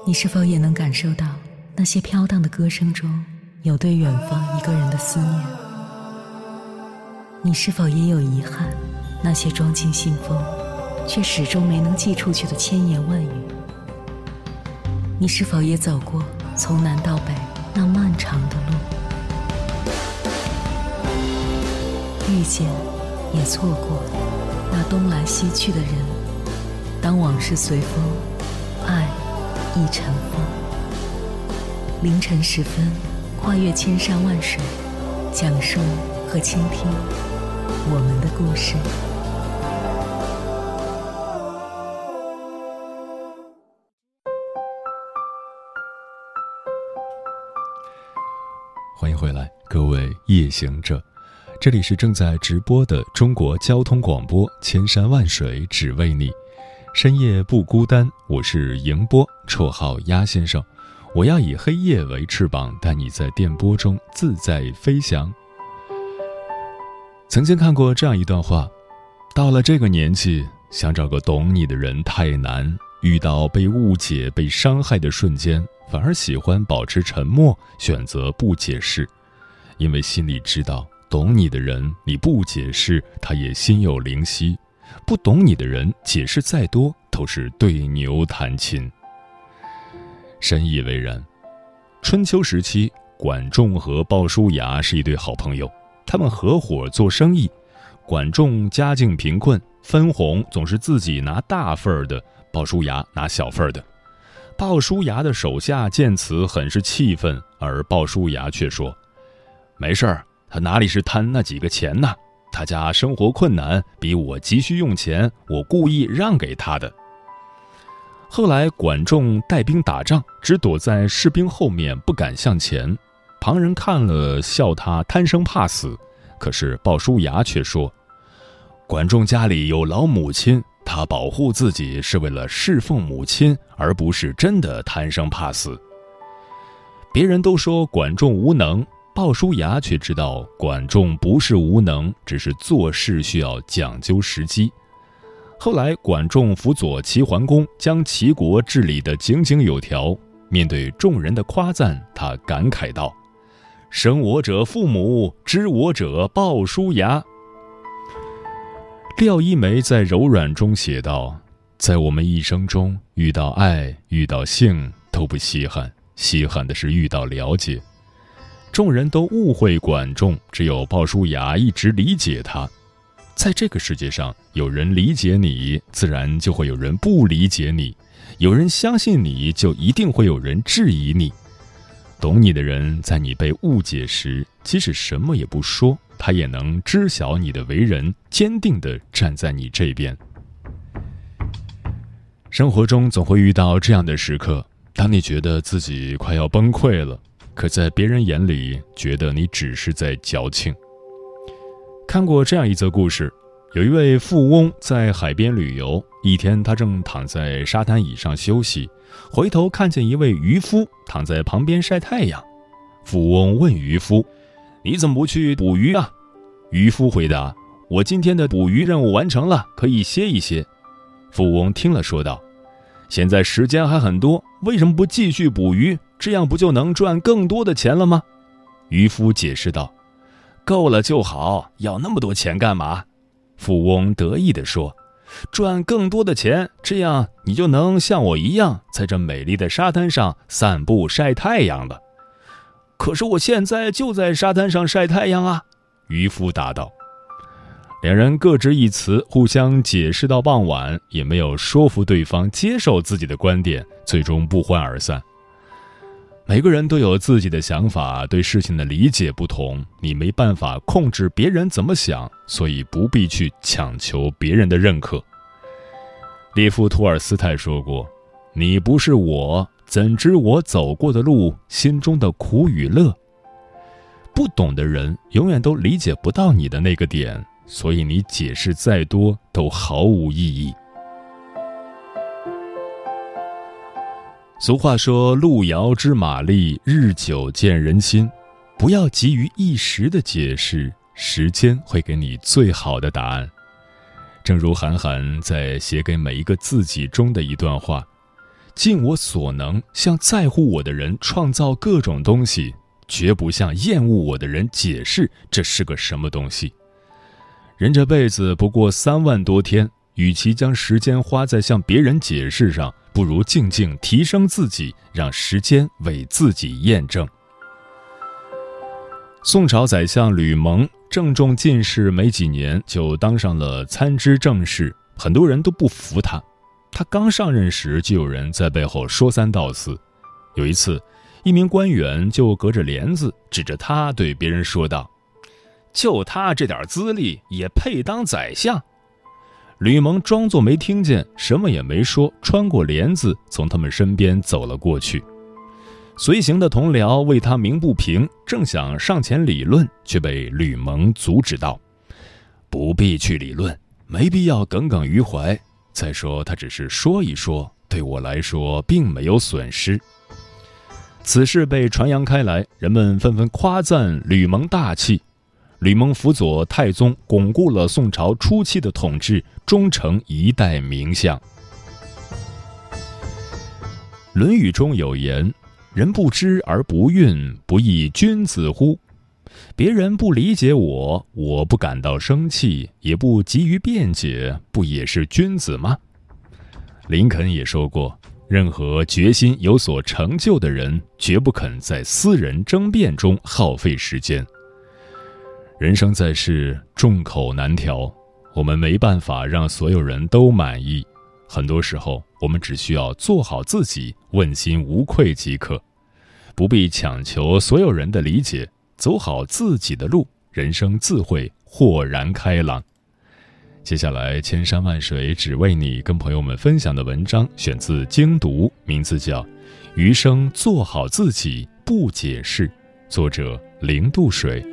你是否也能感受到那些飘荡的歌声中有对远方一个人的思念？你是否也有遗憾，那些装进信封却始终没能寄出去的千言万语？你是否也走过从南到北那漫长的路？遇见也错过那东来西去的人，当往事随风，爱亦尘封。凌晨时分，跨越千山万水，讲述和倾听我们的故事。 欢迎回来，各位夜行者，这里是正在直播的中国交通广播，千山万水只为你，深夜不孤单。我是迎波，绰号鸭先生。我要以黑夜为翅膀，带你在电波中自在飞翔。曾经看过这样一段话，到了这个年纪，想找个懂你的人太难，遇到被误解被伤害的瞬间，反而喜欢保持沉默，选择不解释，因为心里知道，懂你的人你不解释他也心有灵犀，不懂你的人解释再多都是对牛弹琴。深以为然。春秋时期，管仲和鲍叔牙是一对好朋友，他们合伙做生意。管仲家境贫困，分红总是自己拿大份的，鲍叔牙拿小份的。鲍叔牙的手下见此很是气愤，而鲍叔牙却说：没事儿，他哪里是贪那几个钱呢？他家生活困难，比我急需用钱，我故意让给他的。后来管仲带兵打仗，只躲在士兵后面不敢向前，旁人看了笑他贪生怕死。可是鲍叔牙却说，管仲家里有老母亲，他保护自己是为了侍奉母亲，而不是真的贪生怕死。别人都说管仲无能，鲍叔牙却知道管仲不是无能，只是做事需要讲究时机。后来管仲辅佐齐桓公，将齐国治理得井井有条。面对众人的夸赞，他感慨道：生我者父母，知我者鲍叔牙。廖一梅在柔软中写道，在我们一生中，遇到爱遇到性都不稀罕，稀罕的是遇到了解。众人都误会管仲，只有鲍叔牙一直理解他。在这个世界上，有人理解你，自然就会有人不理解你；有人相信你，就一定会有人质疑你。懂你的人，在你被误解时，即使什么也不说，他也能知晓你的为人，坚定地站在你这边。生活中总会遇到这样的时刻，当你觉得自己快要崩溃了，可在别人眼里，觉得你只是在矫情。看过这样一则故事，有一位富翁在海边旅游，一天他正躺在沙滩椅上休息，回头看见一位渔夫躺在旁边晒太阳。富翁问渔夫：你怎么不去捕鱼啊？渔夫回答：我今天的捕鱼任务完成了，可以歇一歇。富翁听了说道：现在时间还很多，为什么不继续捕鱼？这样不就能赚更多的钱了吗？渔夫解释道：够了就好，要那么多钱干嘛？富翁得意地说：赚更多的钱，这样你就能像我一样，在这美丽的沙滩上散步晒太阳了。可是我现在就在沙滩上晒太阳啊，渔夫答道。两人各执一词，互相解释到傍晚，也没有说服对方接受自己的观点，最终不欢而散。每个人都有自己的想法，对事情的理解不同，你没办法控制别人怎么想，所以不必去强求别人的认可。列夫·托尔斯泰说过：你不是我，怎知我走过的路，心中的苦与乐？不懂的人永远都理解不到你的那个点，所以你解释再多都毫无意义。俗话说，路遥知马力，日久见人心。不要急于一时的解释，时间会给你最好的答案。正如韩寒在写给每一个自己中的一段话： 尽我所能向在乎我的人创造各种东西，绝不向厌恶我的人解释这是个什么东西。人这辈子不过3万多天，与其将时间花在向别人解释上，不如静静提升自己，让时间为自己验证。宋朝宰相吕蒙正中进士没几年就当上了参知政事，很多人都不服他。他刚上任时就有人在背后说三道四。有一次，一名官员就隔着帘子指着他对别人说道：“就他这点资历也配当宰相？”吕蒙装作没听见，什么也没说，穿过帘子从他们身边走了过去。随行的同僚为他鸣不平，正想上前理论，却被吕蒙阻止道：“不必去理论，没必要耿耿于怀。再说他只是说一说，对我来说并没有损失。”此事被传扬开来，人们纷纷夸赞吕蒙大气。吕蒙辅佐太宗，巩固了宋朝初期的统治，终成一代名相。《论语》中有言：“人不知而不愠，不亦君子乎？”别人不理解我，我不感到生气，也不急于辩解，不也是君子吗？林肯也说过，任何决心有所成就的人，绝不肯在私人争辩中耗费时间。人生在世，众口难调，我们没办法让所有人都满意。很多时候，我们只需要做好自己，问心无愧即可，不必强求所有人的理解，走好自己的路，人生自会豁然开朗。接下来，千山万水只为你跟朋友们分享的文章选自精读，名字叫《余生做好自己，不解释》，作者零度水。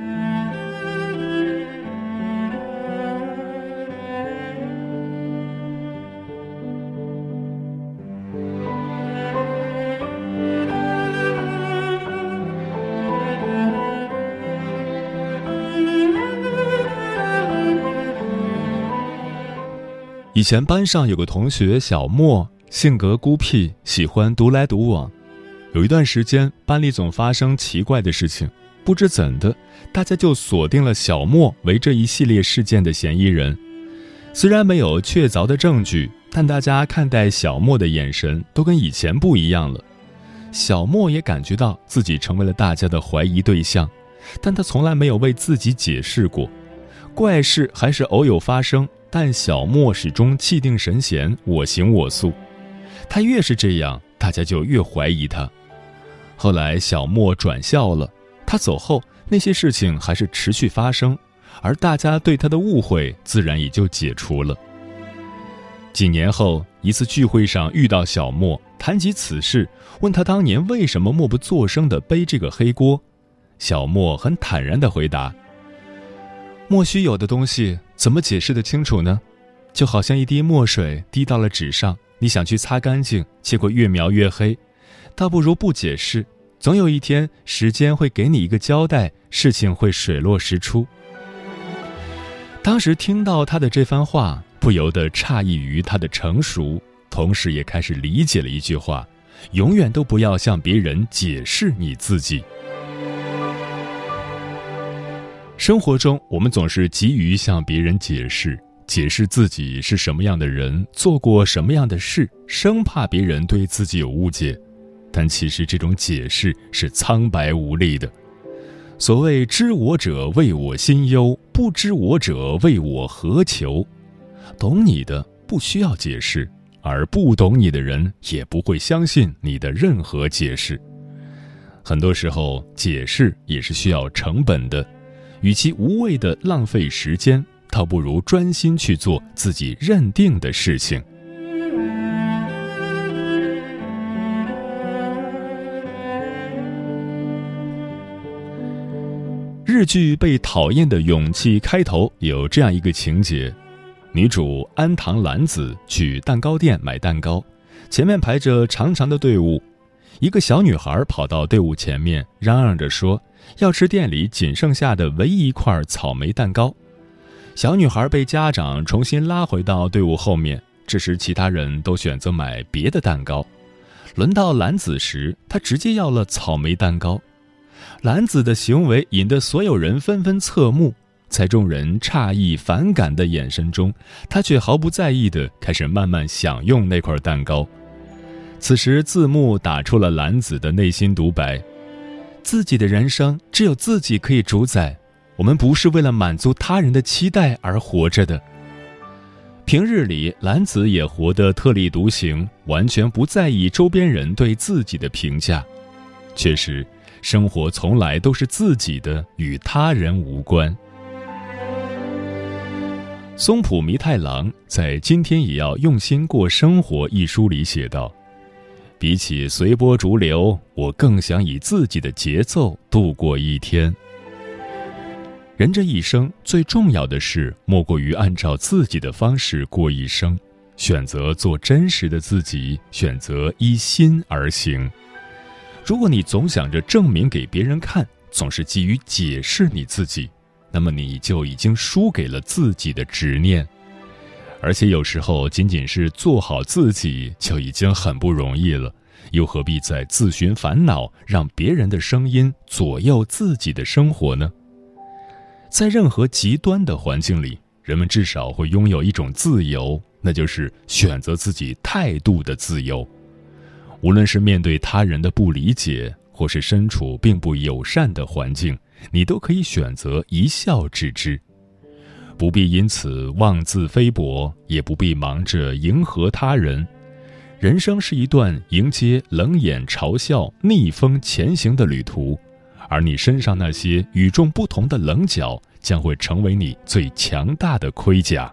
以前班上有个同学小莫，性格孤僻，喜欢独来独往。有一段时间，班里总发生奇怪的事情，不知怎的，大家就锁定了小莫为这一系列事件的嫌疑人。虽然没有确凿的证据，但大家看待小莫的眼神都跟以前不一样了。小莫也感觉到自己成为了大家的怀疑对象，但他从来没有为自己解释过。怪事还是偶有发生，但小莫始终气定神闲，我行我素。他越是这样，大家就越怀疑他。后来小莫转校了，他走后，那些事情还是持续发生，而大家对他的误会自然也就解除了。几年后，一次聚会上遇到小莫，谈及此事，问他当年为什么默不作声地背这个黑锅。小莫很坦然地回答：莫须有的东西怎么解释得清楚呢？就好像一滴墨水滴到了纸上，你想去擦干净，结果越描越黑，倒不如不解释，总有一天时间会给你一个交代，事情会水落石出。当时听到他的这番话，不由得诧异于他的成熟，同时也开始理解了一句话：永远都不要向别人解释你自己。生活中，我们总是急于向别人解释自己是什么样的人，做过什么样的事，生怕别人对自己有误解。但其实这种解释是苍白无力的。所谓知我者谓我心忧，不知我者谓我何求。懂你的不需要解释，而不懂你的人也不会相信你的任何解释。很多时候，解释也是需要成本的。与其无谓的浪费时间，倒不如专心去做自己认定的事情。日剧《被讨厌的勇气》开头有这样一个情节：女主安堂兰子去蛋糕店买蛋糕，前面排着长长的队伍，一个小女孩跑到队伍前面，嚷嚷着说要吃店里仅剩下的唯一一块草莓蛋糕。小女孩被家长重新拉回到队伍后面，这时其他人都选择买别的蛋糕， 轮到兰子时，他直接要了草莓蛋糕。兰子的行为引得所有人纷纷侧目，在众人诧异反感的眼神中，他却毫不在意地开始慢慢享用那块蛋糕。此时字幕打出了兰子的内心独白：自己的人生只有自己可以主宰，我们不是为了满足他人的期待而活着的。平日里，兰子也活得特立独行，完全不在意周边人对自己的评价。确实，生活从来都是自己的，与他人无关。松浦弥太郎在《今天也要用心过生活》一书里写道：比起随波逐流，我更想以自己的节奏度过一天。人这一生最重要的事，莫过于按照自己的方式过一生，选择做真实的自己，选择依心而行。如果你总想着证明给别人看，总是急于解释你自己，那么你就已经输给了自己的执念。而且有时候仅仅是做好自己就已经很不容易了，又何必再自寻烦恼，让别人的声音左右自己的生活呢？在任何极端的环境里，人们至少会拥有一种自由，那就是选择自己态度的自由。无论是面对他人的不理解，或是身处并不友善的环境，你都可以选择一笑置之，不必因此妄自菲薄，也不必忙着迎合他人。人生是一段迎接冷眼嘲笑、逆风前行的旅途，而你身上那些与众不同的棱角，将会成为你最强大的盔甲。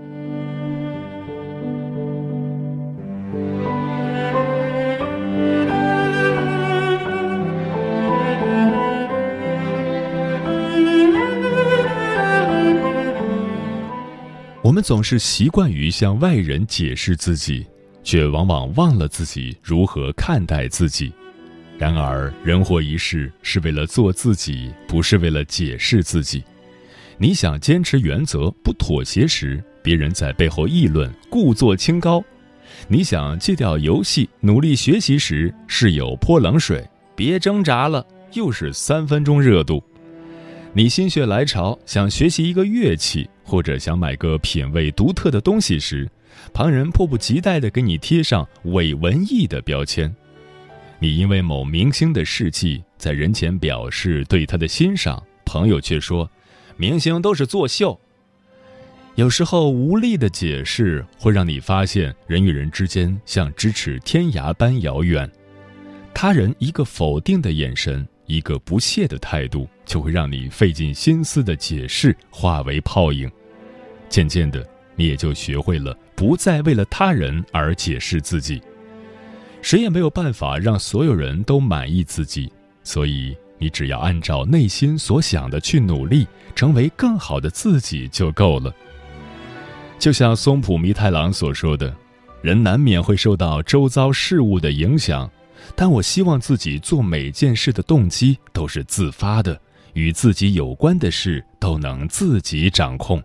我们总是习惯于向外人解释自己，却往往忘了自己如何看待自己。然而，人活一世是为了做自己，不是为了解释自己。你想坚持原则，不妥协时，别人在背后议论，故作清高；你想戒掉游戏，努力学习时，室友泼冷水，别挣扎了，又是3分钟热度。你心血来潮想学习一个乐器，或者想买个品味独特的东西时，旁人迫不及待地给你贴上伪文艺的标签。你因为某明星的事迹在人前表示对他的欣赏，朋友却说明星都是作秀。有时候无力的解释会让你发现人与人之间像咫尺天涯般遥远。他人一个否定的眼神，一个不屑的态度，就会让你费尽心思的解释化为泡影。渐渐的，你也就学会了不再为了他人而解释自己。谁也没有办法让所有人都满意自己，所以你只要按照内心所想的去努力，成为更好的自己就够了。就像松浦弥太郎所说的，人难免会受到周遭事物的影响，但我希望自己做每件事的动机都是自发的，与自己有关的事都能自己掌控。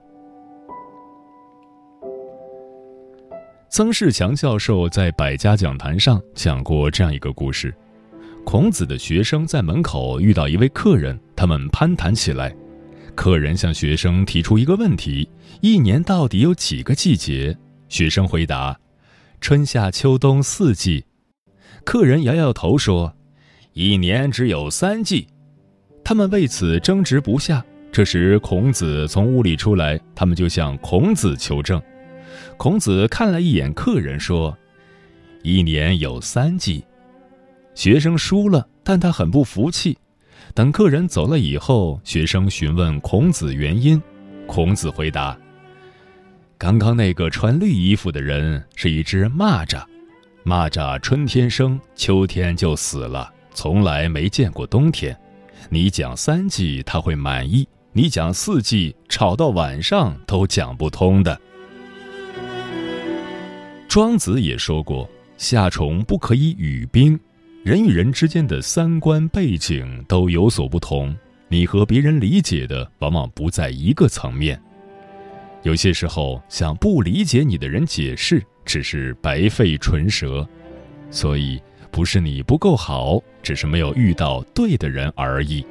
曾仕强教授在百家讲坛上讲过这样一个故事：孔子的学生在门口遇到一位客人，他们攀谈起来。客人向学生提出一个问题：一年到底有几个季节？学生回答：春夏秋冬4季。客人摇摇头说：一年只有3季。他们为此争执不下。这时孔子从屋里出来，他们就向孔子求证。孔子看了一眼客人说：一年有3季。学生输了，但他很不服气。等客人走了以后，学生询问孔子原因。孔子回答：刚刚那个穿绿衣服的人是一只蚂蚱，蚂蚱春天生，秋天就死了，从来没见过冬天。你讲3季他会满意，你讲4季，吵到晚上都讲不通的。庄子也说过，夏虫不可以语冰。人与人之间的3观背景都有所不同，你和别人理解的往往不在一个层面。有些时候向不理解你的人解释，只是白费唇舌。所以不是你不够好，只是没有遇到对的人而已。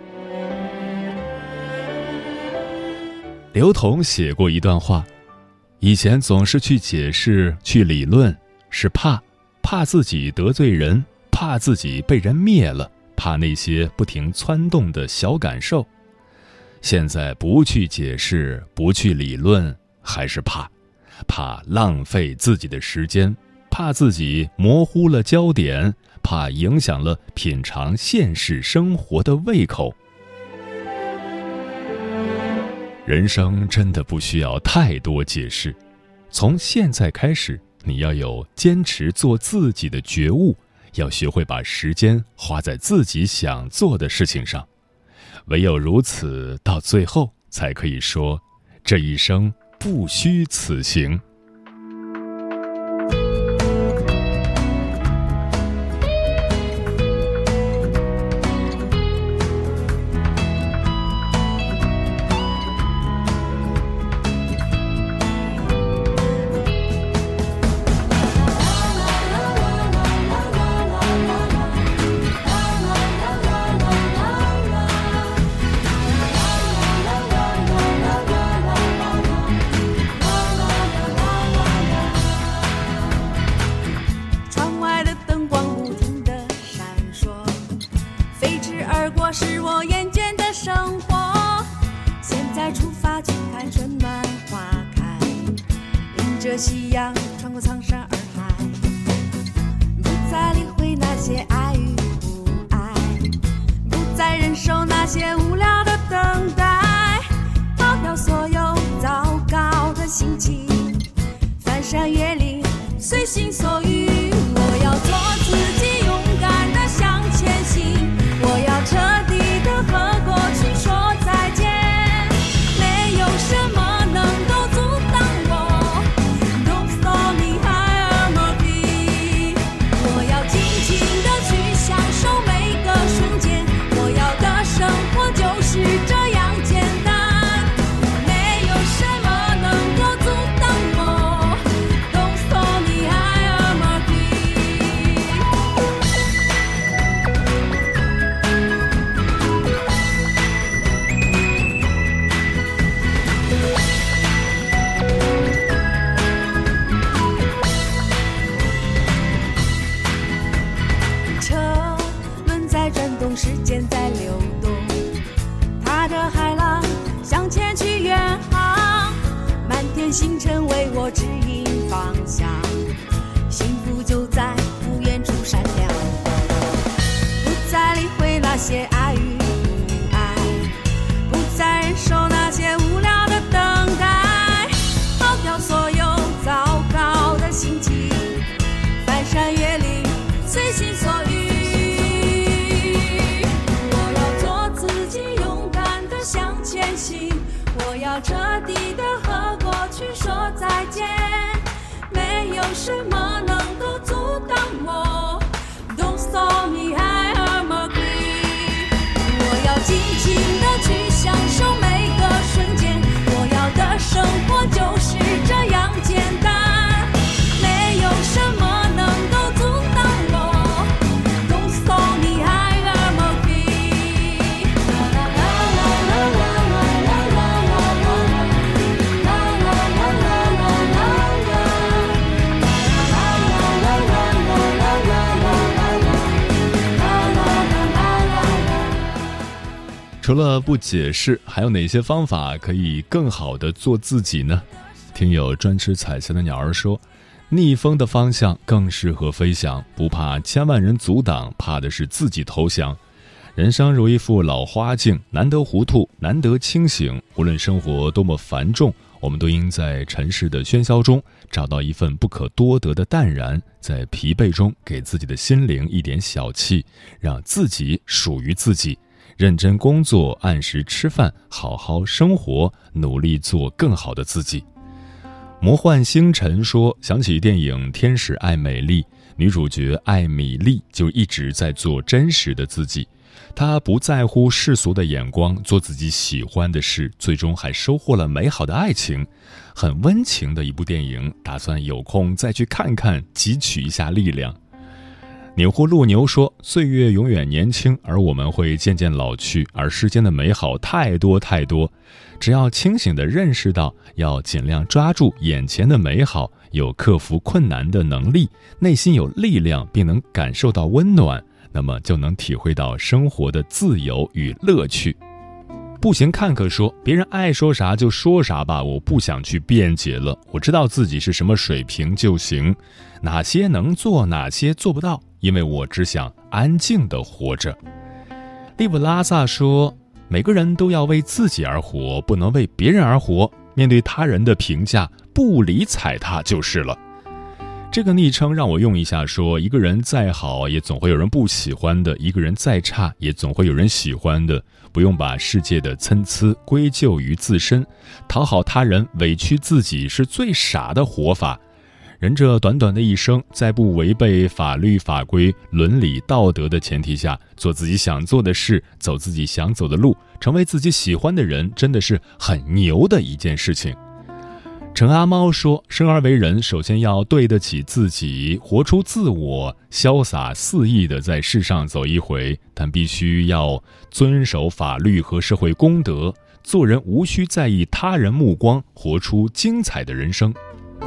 刘同写过一段话，以前总是去解释、去理论，是怕自己得罪人，怕自己被人灭了，怕那些不停湍动的小感受。现在不去解释，不去理论，还是怕浪费自己的时间，怕自己模糊了焦点，怕影响了品尝现实生活的胃口。人生真的不需要太多解释，从现在开始，你要有坚持做自己的觉悟，要学会把时间花在自己想做的事情上。唯有如此，到最后才可以说，这一生不虚此行。 夕阳穿过苍山洱海，不再理会那些爱与不爱，不再忍受那些无聊的等待，抛掉所有糟糕的心情，翻山越岭随心所欲。我要做自己，勇敢地向前行，我要彻底地和过去说再见，没有什么能够阻挡我。是这样简单，没有什么能够阻挡我。Don't stop me, I am a queen。车轮在转动，时间在流动。踏着海浪向前去远航，满天星辰为我指引方向，幸福就在不远处闪亮。不再理会那些爱与不爱，不再忍受那些无聊的等待，抛掉所有糟糕的心情，翻山越岭随心所欲。向前行，我要彻底地和过去说再见，没有什么能够阻挡我。Don't stop me, I am a queen。我要尽情地去享受每个瞬间，我要的生活就是这样简单，没有什么能够阻挡我。Don't stop me, I am a queen。 除了不解释，还有哪些方法可以更好地做自己呢？听友专吃彩霞的鸟儿说，逆风的方向更适合飞翔，不怕千万人阻挡，怕的是自己投降。人生如一副老花镜，难得糊涂，难得清醒。无论生活多么繁重，我们都应在尘世的喧嚣中找到一份不可多得的淡然，在疲惫中给自己的心灵一点小憩，让自己属于自己。认真工作，按时吃饭，好好生活，努力做更好的自己。魔幻星辰说，想起电影《天使爱美丽》，女主角艾米丽就一直在做真实的自己，她不在乎世俗的眼光，做自己喜欢的事，最终还收获了美好的爱情。很温情的一部电影，打算有空再去看看，汲取一下力量。 钮祜禄牛说，岁月永远年轻，而我们会渐渐老去，而世间的美好太多太多，只要清醒地认识到要尽量抓住眼前的美好，有克服困难的能力，内心有力量，并能感受到温暖，那么就能体会到生活的自由与乐趣。步行看客说，别人爱说啥就说啥吧，我不想去辩解了，我知道自己是什么水平就行，哪些能做，哪些做不到，因为我只想安静地活着。利布拉萨说，每个人都要为自己而活，不能为别人而活，面对他人的评价，不理睬他就是了。这个昵称让我用一下，说一个人再好也总会有人不喜欢的，一个人再差也总会有人喜欢的，不用把世界的参差归咎于自身，讨好他人委屈自己是最傻的活法。人这短短的一生，在不违背法律法规伦理道德的前提下，做自己想做的事，走自己想走的路，成为自己喜欢的人，真的是很牛的一件事情。陈阿猫说，生而为人，首先要对得起自己，活出自我，潇洒肆意地在世上走一回，但必须要遵守法律和社会公德，做人无需在意他人目光，活出精彩的人生。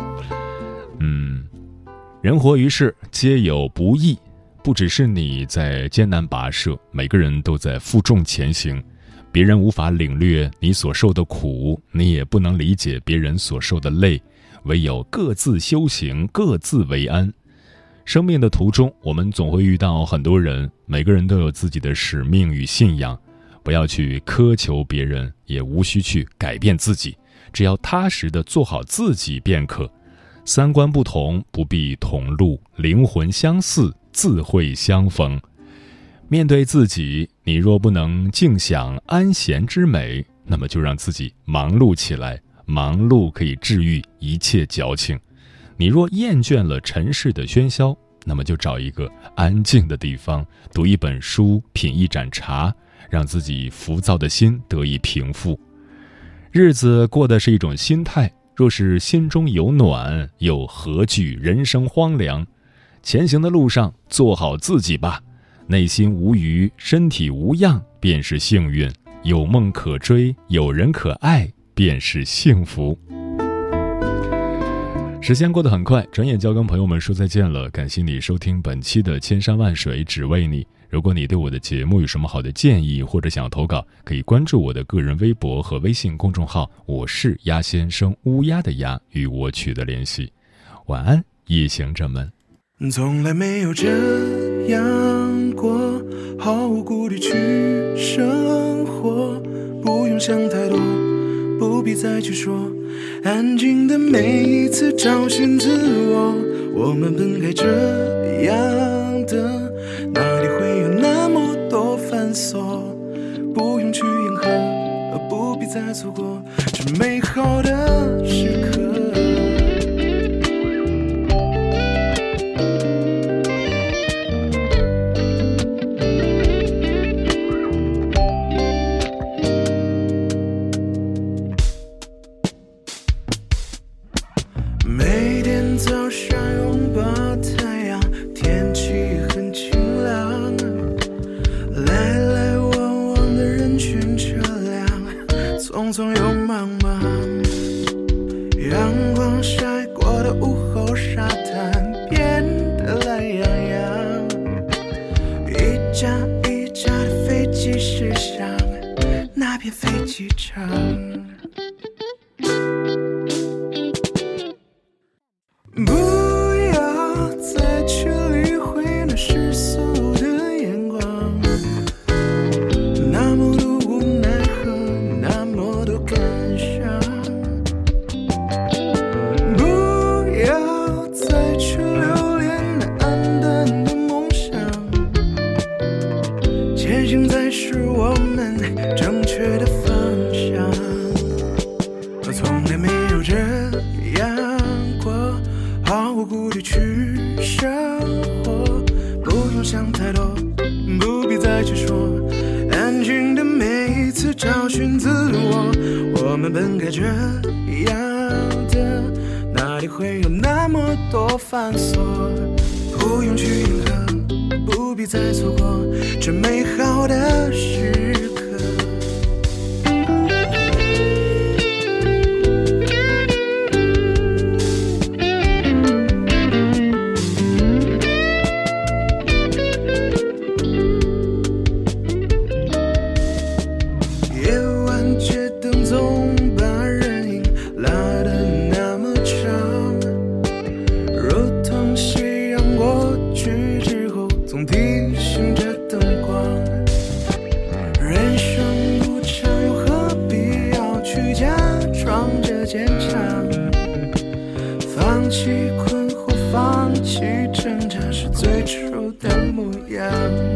人活于世，皆有不易，不只是你在艰难跋涉，每个人都在负重前行。别人无法领略你所受的苦，你也不能理解别人所受的累，唯有各自修行，各自为安。生命的途中，我们总会遇到很多人，每个人都有自己的使命与信仰，不要去苛求别人，也无需去改变自己，只要踏实地做好自己便可。三观不同，不必同路，灵魂相似，自会相逢。面对自己，你若不能静享安闲之美，那么就让自己忙碌起来，忙碌可以治愈一切矫情。你若厌倦了尘世的喧嚣，那么就找一个安静的地方，读一本书，品一盏茶，让自己浮躁的心得以平复。日子过的是一种心态，若是心中有暖，又何惧人生荒凉？前行的路上，做好自己吧。内心无虞，身体无恙，便是幸运。有梦可追，有人可爱，便是幸福。时间过得很快，转眼就要跟朋友们说再见了。感谢你收听本期的千山万水只为你。如果你对我的节目有什么好的建议，或者想要投稿，可以关注我的个人微博和微信公众号，我是鸭先生，乌鸦的鸦，与我取得联系。晚安，夜行者们。 从来没有这样过，毫无顾虑去生活，不用想太多，不必再去说，安静的每一次找寻自我，我们本该这样的，哪里会有那么多繁琐，不用去迎合，不必再错过这美好的时刻。每天早上拥抱太阳，天气很晴朗，来来往往的人群车辆，匆匆又忙忙，阳光晒过的午后沙滩变得懒洋洋，一架一架的飞机驶向那片飞机场。不要再去理会那世俗的眼光，那么多无奈和那么多感伤。不要再去留恋那黯淡的梦想，前行才是我们正确的方向。我从来没有这样过，毫无顾虑去生活，不用想太多，不必再去说，安静的每一次找寻自我，我们本该这样的，哪里会有那么多繁琐，不用去迎合， 再错过这美好的时刻。夜晚街灯总把人影拉得那么长，如同夕阳过去之后总提醒着灯光。人生无常，又何必要去假装着坚强？放弃困惑，放弃挣扎，是最初的模样。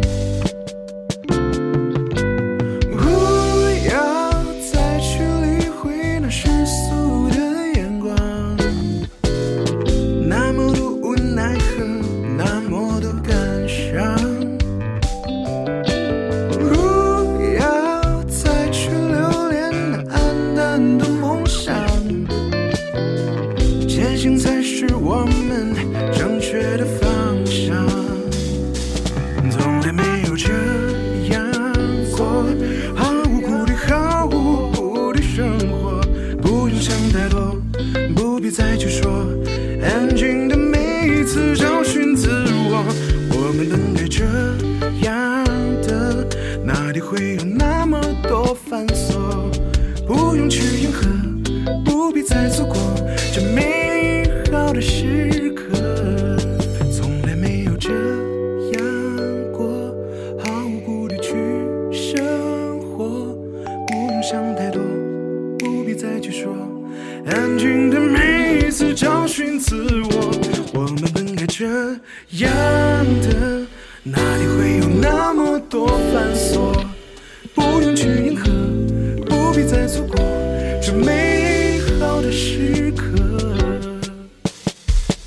前行才是我们正确的方向，从来没有这样过，毫无顾虑，毫无顾虑生活，不用想太多，不必再去说，安静的每一次找寻自我，我们本该这样的，哪里会有那么多繁琐，不用去迎合，不必再错过这美好的时刻，从来没有这样过，毫无顾虑去生活，不用想太多，不必再去说，安静的每一次找寻自我，我们本该这样的，哪里会有那么多繁琐，不用去迎合，不必再错过这美好的时刻，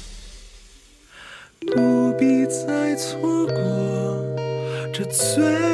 不必再错过这最